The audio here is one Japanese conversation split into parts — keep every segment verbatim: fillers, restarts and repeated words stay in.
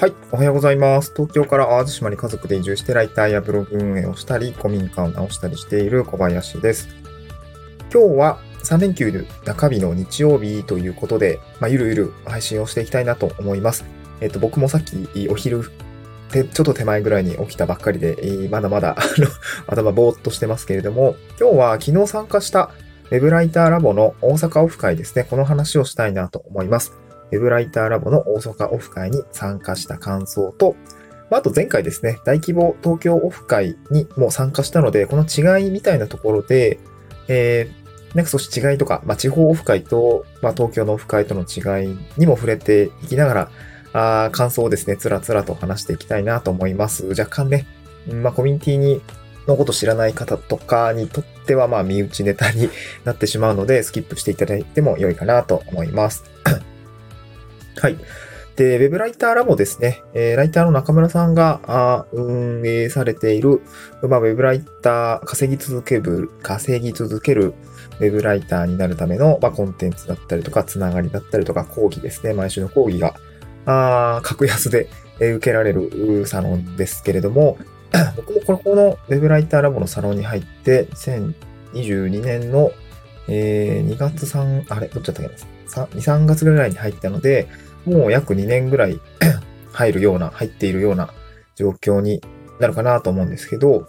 はい、おはようございます。東京から淡路島に家族で移住してライターやブログ運営をしたり、古民家を直したりしている小林です。今日はさん連休中日の日曜日ということで、まあ、ゆるゆる配信をしていきたいなと思います。えっと、僕もさっきお昼、ちょっと手前ぐらいに起きたばっかりで、まだまだ頭ぼーっとしてますけれども、今日は昨日参加したウェブライターラボの大阪オフ会ですね、この話をしたいなと思います。ウェブライターラボの大阪オフ会に参加した感想と、あと前回ですね、大規模東京オフ会にも参加したので、この違いみたいなところで、えー、なんか少し違いとか、まあ、地方オフ会と、まあ、東京のオフ会との違いにも触れていきながら、あ感想をですね、つらつらと話していきたいなと思います。若干ね、まあ、コミュニティにのこと知らない方とかにとっては、まあ、身内ネタになってしまうので、スキップしていただいても良いかなと思います。はい。で、ウェブライターラボですね。えー、ライターの中村さんがあ運営されている、まあ、ウェブライター、稼ぎ続ける、稼ぎ続けるウェブライターになるための、まあ、コンテンツだったりとか、つながりだったりとか、講義ですね。毎週の講義が、あ格安で受けられるサロンですけれども、僕もこのウェブライターラボのサロンに入って、にせんにじゅうにねんの、えー、にがつさん、あれ、どっちだったっけな、に、さんがつぐらいに入ったので、もう約にねんぐらい入るような、入っているような状況になるかなと思うんですけど、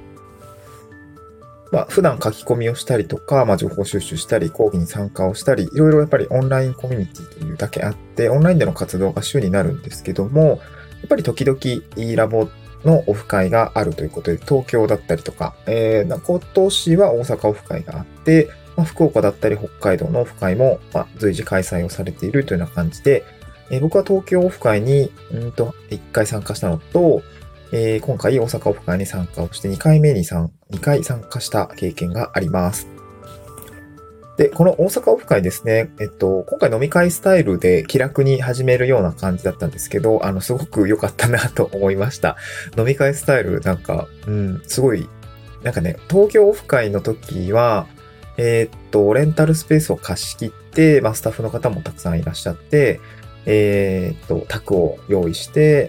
まあ普段書き込みをしたりとか、まあ情報収集したり、講義に参加をしたり、いろいろやっぱりオンラインコミュニティというだけあって、オンラインでの活動が主になるんですけども、やっぱり時々ラボのオフ会があるということで、東京だったりとか、えー、今年は大阪オフ会があって、まあ、福岡だったり北海道のオフ会も、まあ、随時開催をされているというような感じで、えー、僕は東京オフ会にうんといっかい参加したのと、えー、今回大阪オフ会に参加をしてにかいめににかい参加した経験があります。で、この大阪オフ会ですね、えっと、今回飲み会スタイルで気楽に始めるような感じだったんですけど、あの、すごく良かったなと思いました。飲み会スタイル、なんか、うん、すごい、なんかね、東京オフ会の時は、えー、っと、レンタルスペースを貸し切って、まあ、スタッフの方もたくさんいらっしゃって、えー、っと、卓を用意して、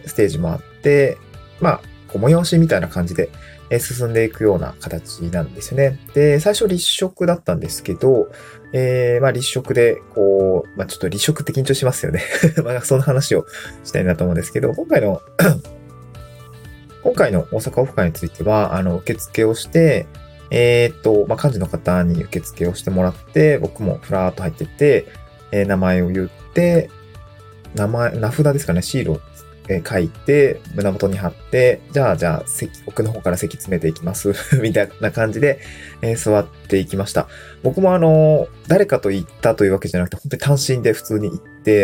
ステージもあって、まあ、こう催しみたいな感じで進んでいくような形なんですよね。で、最初立食だったんですけど、えー、まあ立食で、こう、まあちょっと立食って緊張しますよね。まあその話をしたいなと思うんですけど、今回の今回の大阪オフ会については、あの、受付をして、えー、っと、まあ幹事の方に受付をしてもらって、僕もふらーっと入ってって、えー、名前を言って、名前、名札ですかね、シールを書いて、胸元に貼って、じゃあ、じゃあ、席、奥の方から席詰めていきます。みたいな感じで、えー、座っていきました。僕もあの、誰かと行ったというわけじゃなくて、本当に単身で普通に行って、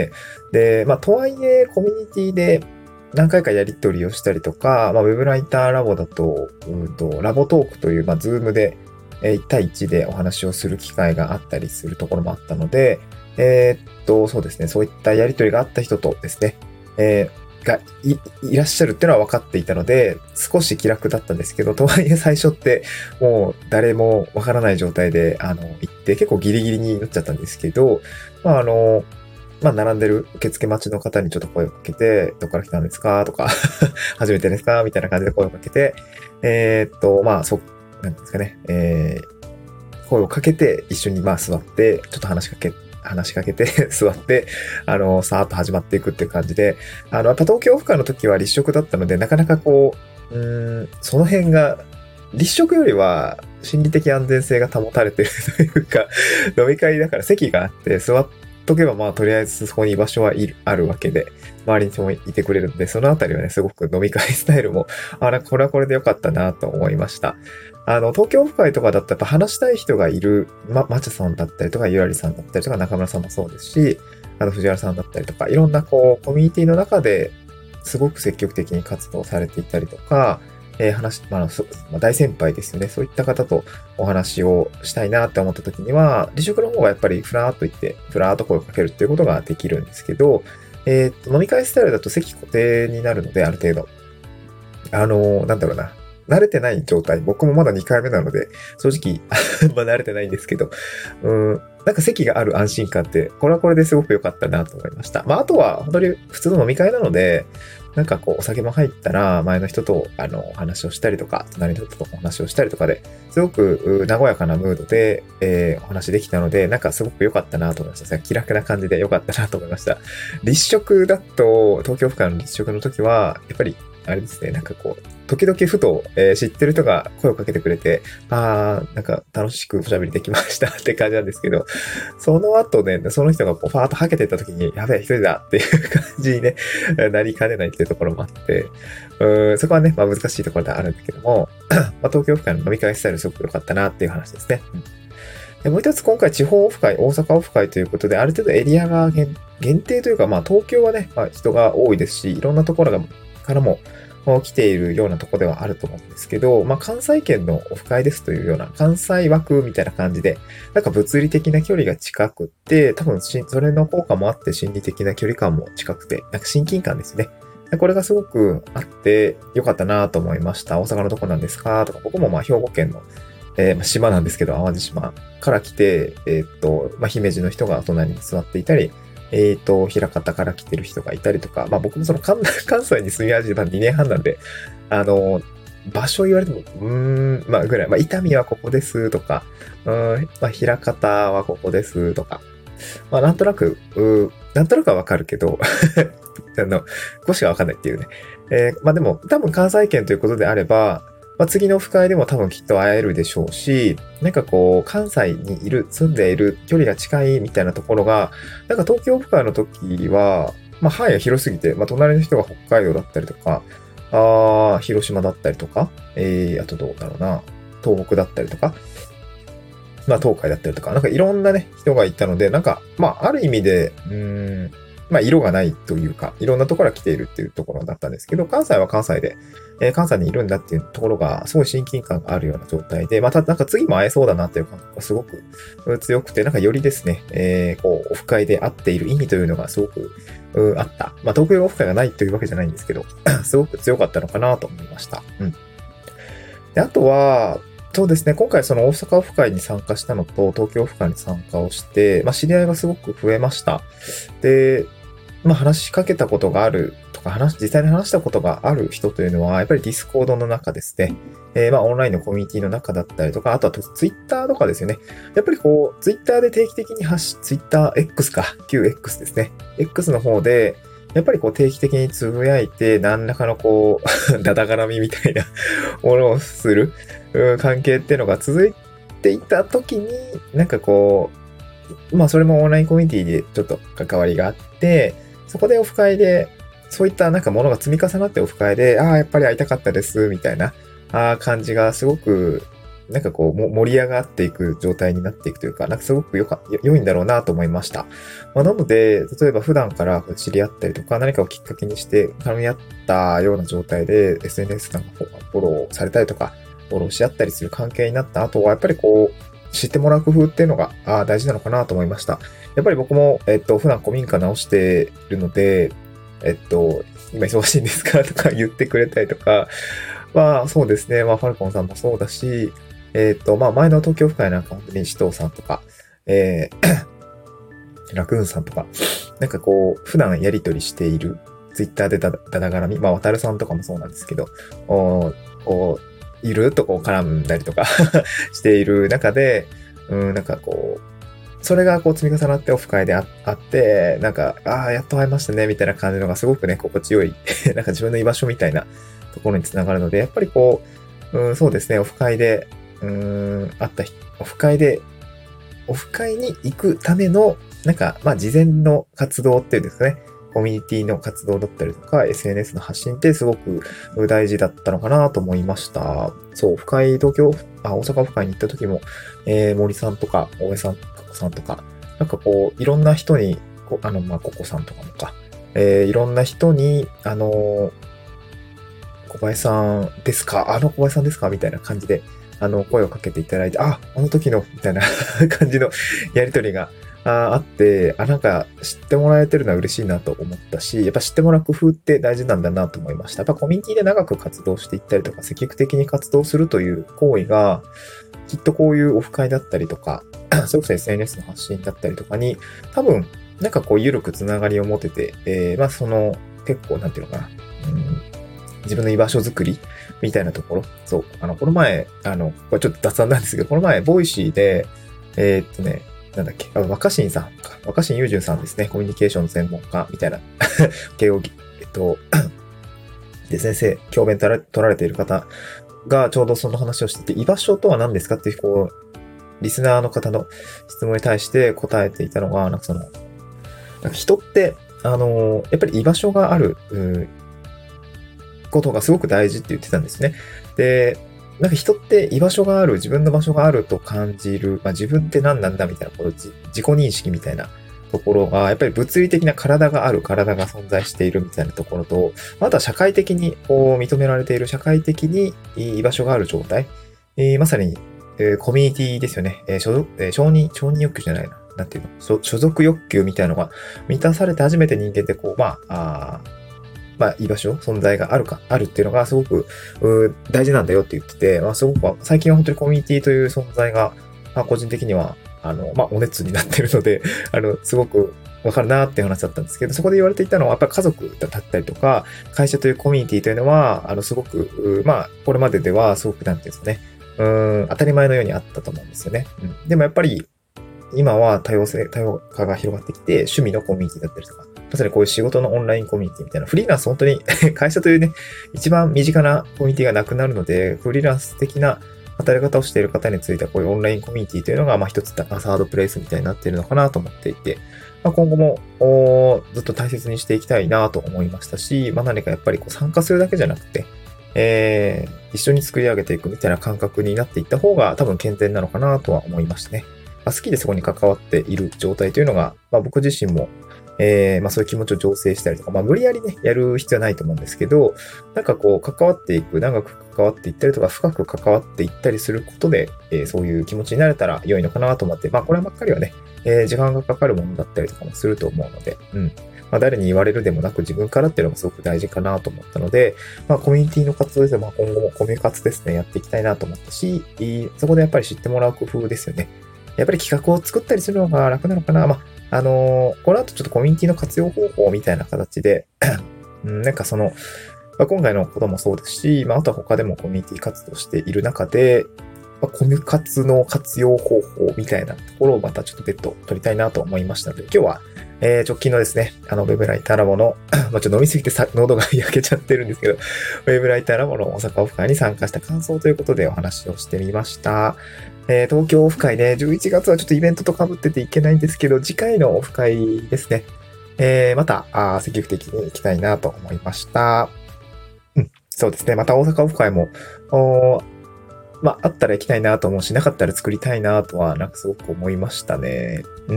で、まあ、とはいえ、コミュニティで何回かやり取りをしたりとか、まあ、ウェブライターラボだと、うんと、ラボトークという、まあ、ズームで、えー、いち対いちでお話をする機会があったりするところもあったので、えー、っと、そうですね、そういったやり取りがあった人とですね、えーが い, いらっしゃるっていうのは分かっていたので、少し気楽だったんですけど、とはいえ最初ってもう誰も分からない状態で、あの、行って結構ギリギリになっちゃったんですけど、まああの、まあ並んでる受付待ちの方にちょっと声をかけて、どこから来たんですかとか、初めてですかみたいな感じで声をかけて、えー、っと、まあそ、なんですかね、えー、声をかけて一緒にまあ座って、ちょっと話しかけ話しかけて座って、あの、さーっと始まっていくっていう感じで、あの、やっぱ東京オフ会の時は立食だったので、なかなかこう、うーん、その辺が、立食よりは心理的安全性が保たれているというか、飲み会だから席があって座っとけば、まあ、とりあえずそこに居場所はいる、あるわけで、周りにもいてくれるので、そのあたりはね、すごく飲み会スタイルも、あら、これはこれでよかったなと思いました。あの、東京オフ会とかだとやっぱ話したい人がいる、ま、まちゃさんだったりとか、ゆらりさんだったりとか、中村さんもそうですし、あの、藤原さんだったりとか、いろんなこう、コミュニティの中ですごく積極的に活動されていたりとか、えー、話、まあ、まあ、大先輩ですよね。そういった方とお話をしたいなって思った時には、離職の方がやっぱりふらーっと行って、ふらーっと声をかけるっていうことができるんですけど、えー、飲み会スタイルだと席固定になるので、ある程度。あのー、なんだろうな。慣れてない状態。僕もまだにかいめなので、正直、まあ慣れてないんですけど、うん、なんか席がある安心感って、これはこれですごく良かったなと思いました。まああとは、本当に普通の飲み会なので、 なんかこう、お酒も入ったら、前の人と、あの、お話をしたりとか、隣の人とお話をしたりとかで、すごく、和やかなムードで、えー、お話できたので、なんかすごく良かったなと思いました。気楽な感じで良かったなと思いました。立食だと、東京オフ会の立食の時は、やっぱり、あれですね、なんかこう、時々ふと、えー、知ってる人が声をかけてくれて、あー、なんか楽しくおしゃべりできましたって感じなんですけど、その後ね、その人がこうファーッとはけてった時に、やべえ、一人だっていう感じにね、なりかねないっていうところもあって、うーんそこはね、まあ難しいところではあるんだけども、まあ、東京オフ会の飲み会スタイルすごく良かったなっていう話ですね。うんでもう一つ今回地方オフ会、大阪オフ会ということで、ある程度エリアが限限定というか、まあ東京はね、まあ、人が多いですし、いろんなところがからも来ているようなところではあると思うんですけど、まあ関西圏のオフ会ですというような関西枠みたいな感じで、なんか物理的な距離が近くって、多分しそれの効果もあって心理的な距離感も近くて、なんか親近感ですね。これがすごくあって良かったなと思いました。大阪のどこなんですかとか、僕もまあ兵庫県のえーまあ、島なんですけど、淡路島から来て、えーっと、まあ、姫路の人が隣に座っていたり、えーっと、枚方から来てる人がいたりとか、まあ僕もその関関西に住み始めたにねんはんなんで、あの、場所言われても、うーん、まあぐらい、まあ伊丹はここですとか、うーん、まあ枚方はここですとか、まあなんとなく、うーなんとなくはわかるけど、あの、ここしかわかんないっていうね。えーまあでも、多分関西圏ということであれば、まあ、次のオフ会でも多分きっと会えるでしょうし、なんかこう、関西にいる、住んでいる、距離が近いみたいなところが、なんか東京オフ会の時は、まあ範囲が広すぎて、まあ隣の人が北海道だったりとか、あー広島だったりとか、えー、あとどうだろうな、東北だったりとか、まあ東海だったりとか、なんかいろんなね、人がいたので、なんか、まあある意味で、うーん、まあ色がないというか、いろんなところが来ているっていうところだったんですけど、関西は関西で、えー関西にいるんだっていうところが、すごい親近感があるような状態で、またなんか次も会えそうだなっていう感覚がすごくう強くて、なんかよりですね、えーこう、オフ会で会っている意味というのがすごくうあった。まあ東京オフ会がないというわけじゃないんですけど、すごく強かったのかなと思いました。うん。で、あとは、そうですね、今回その大阪オフ会に参加したのと、東京オフ会に参加をして、まあ知り合いがすごく増えました。で、まあ話しかけたことがあるとか、話、実際に話したことがある人というのは、やっぱりディスコードの中ですね。えー、まあオンラインのコミュニティの中だったりとか、あとはツイッターとかですよね。やっぱりこう、ツイッターで定期的に発し、ツイッター X か、旧 X ですね。X の方で、やっぱりこう定期的につぶやいて、何らかのこう、ダダ絡みみたいなものをするうん関係っていうのが続いていた時に、なんかこう、まあそれもオンラインコミュニティでちょっと関わりがあって、そこでオフ会で、そういったなんかものが積み重なってオフ会で、ああ、やっぱり会いたかったです、みたいな、ああ、感じがすごく、なんかこう、も盛り上がっていく状態になっていくというか、なんかすごくよか、良いんだろうなと思いました。まあ、なので、例えば普段から知り合ったりとか、何かをきっかけにして絡み合ったような状態で、エスエヌエス なんかフォローされたりとか、フォローし合ったりする関係になった後は、やっぱりこう、知ってもらう工夫っていうのがあ大事なのかなと思いました。やっぱり僕も、えっと、普段古民家直しているので、えっと、今忙しいんですかとか言ってくれたりとか、まあそうですね。まあファルコンさんもそうだし、えっと、まあ前の東京オフ会なんか本当に紫藤さんとか、えー、ラクーンさんとか、なんかこう、普段やりとりしている、ツイッターでだだだ絡み、まあ渡るさんとかもそうなんですけど、おこう、いるとこう絡んだりとかしている中で、うん、なんかこう、それがこう積み重なってオフ会でああって、なんか、ああ、やっと会えましたね、みたいな感じのがすごくね、心地よい、なんか自分の居場所みたいなところにつながるので、やっぱりこう、うん、そうですね、オフ会で、うーん、会った人、オフ会で、オフ会に行くための、なんか、まあ、事前の活動っていうんですかね、コミュニティの活動だったりとか、エスエヌエス の発信ってすごく大事だったのかなと思いました。そう、オフ会、東京、あ、大阪オフ会に行った時も、えー、森さんとか、大江さん、加古さんとか、なんかこう、いろんな人に、こあの、まあ、ココさんとかもか、えー、いろんな人に、あのー、小林さんですかあの小林さんですかみたいな感じで、あの、声をかけていただいて、あ、あの時の、みたいな感じのやりとりがああって、あ、なんか知ってもらえてるのは嬉しいなと思ったし、やっぱ知ってもらう工夫って大事なんだなと思いました。やっぱコミュニティで長く活動していったりとか、積極的に活動するという行為が、きっとこういうオフ会だったりとか、それこそ エスエヌエス の発信だったりとかに、多分、なんかこう、緩くつながりを持てて、えー、まあその、 結構、なんていうのかな。うん、自分の居場所づくりみたいなところ。そう。あの、この前、あの、これちょっと雑談なんですけど、この前、ボイシーで、えー、っとね、なんだっけ、あ若新さんか。若新雄純さんですね。コミュニケーション専門家みたいな。慶応、えっと、で、先生、教鞭取ら取られている方がちょうどその話をしてて、居場所とは何ですかっていう、こう、リスナーの方の質問に対して答えていたのが、なんかその、なんか人って、あの、やっぱり居場所がある、ことがすごく大事って言ってたんですね。で、なんか人って居場所がある、自分の場所があると感じる、まあ自分って何なんだみたいな、この自己認識みたいなところが、やっぱり物理的な体がある、体が存在しているみたいなところと、あとは社会的にこう認められている、社会的に居場所がある状態、えー、まさに、えー、コミュニティですよね。えー、所えー、承認、承認欲求じゃないな。なんていうの、所属欲求みたいなのが満たされて初めて人間ってこう、まあ、あまあ、居場所、存在があるか、あるっていうのがすごく大事なんだよって言ってて、まあ、すごく、最近は本当にコミュニティという存在が、まあ、個人的には、あの、まあ、お熱になっているので、あの、すごくわかるなっていう話だったんですけど、そこで言われていたのは、やっぱり家族だったりとか、会社というコミュニティというのは、あの、すごく、まあ、これまでではすごく、なんていうんですかね、うん、当たり前のようにあったと思うんですよね。うん、でもやっぱり、今は多様性、多様化が広がってきて、趣味のコミュニティだったりとか、まさにこういう仕事のオンラインコミュニティみたいな、フリーランス本当に会社というね、一番身近なコミュニティがなくなるので、フリーランス的な働き方をしている方については、こういうオンラインコミュニティというのが、まあ一つ、サードプレイスみたいになっているのかなと思っていて、まあ、今後もずっと大切にしていきたいなと思いましたし、まあ何かやっぱりこう参加するだけじゃなくて、えー、一緒に作り上げていくみたいな感覚になっていった方が多分健全なのかなとは思いましたね。まあ、好きでそこに関わっている状態というのが、まあ、僕自身も、えー、まあそういう気持ちを醸成したりとか、まあ無理やりね、やる必要はないと思うんですけど、なんかこう関わっていく、長く関わっていったりとか、深く関わっていったりすることで、えー、そういう気持ちになれたら良いのかなと思って、まあこればっかりはね、えー、時間がかかるものだったりとかもすると思うので、うん。まあ誰に言われるでもなく自分からっていうのもすごく大事かなと思ったので、まあコミュニティの活動ですね、まあ今後もコミュ活ですね、やっていきたいなと思ったし、そこでやっぱり知ってもらう工夫ですよね。やっぱり企画を作ったりするのが楽なのかな。まあ、あのー、この後ちょっとコミュニティの活用方法みたいな形で、うん、なんかその、まあ、今回のこともそうですし、まあ、あとは他でもコミュニティ活動している中で、まあ、コミュ活の活用方法みたいなところをまたちょっと別途取りたいなと思いましたので、今日は、えー、直近のですね、あの、ウェブライターラボの、まあ、ちょっと飲みすぎてさ喉が焼けちゃってるんですけど、ウェブライターラボの大阪オフ会に参加した感想ということでお話をしてみました。えー、東京オフ会ね、じゅういちがつはちょっとイベントと被ってていけないんですけど、次回のオフ会ですね。えー、また、あ積極的に行きたいなと思いました。うん、そうですね。また大阪オフ会も、おまあ、あったら行きたいなと思うし、なかったら作りたいなとは、なんかすごく思いましたね。うん。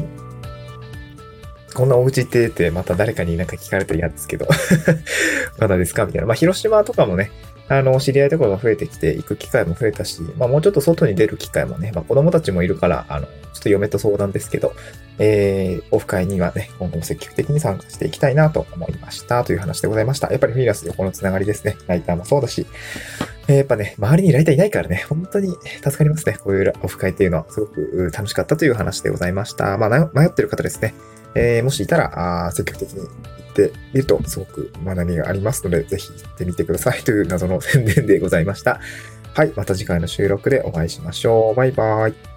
こんなお家行ってて、また誰かになんか聞かれて嫌ですけど。まだですかみたいな。まあ、広島とかもね、あの、知り合いとかが増えてきて、行く機会も増えたし、まあ、もうちょっと外に出る機会もね、まあ、子供たちもいるから、あの、ちょっと嫁と相談ですけど、えー、オフ会にはね、今後も積極的に参加していきたいなと思いました。という話でございました。やっぱりフリーランスでこのつながりですね。ライターもそうだし、えー、やっぱね、周りにライターいないからね、本当に助かりますね。こういうオフ会っていうのはすごく楽しかったという話でございました。まあ、迷ってる方ですね。えー、もしいたら、あ積極的に行ってみるとすごく学びがありますので、ぜひ行ってみてくださいという謎の宣伝でございました。はい、また次回の収録でお会いしましょう。バイバイ。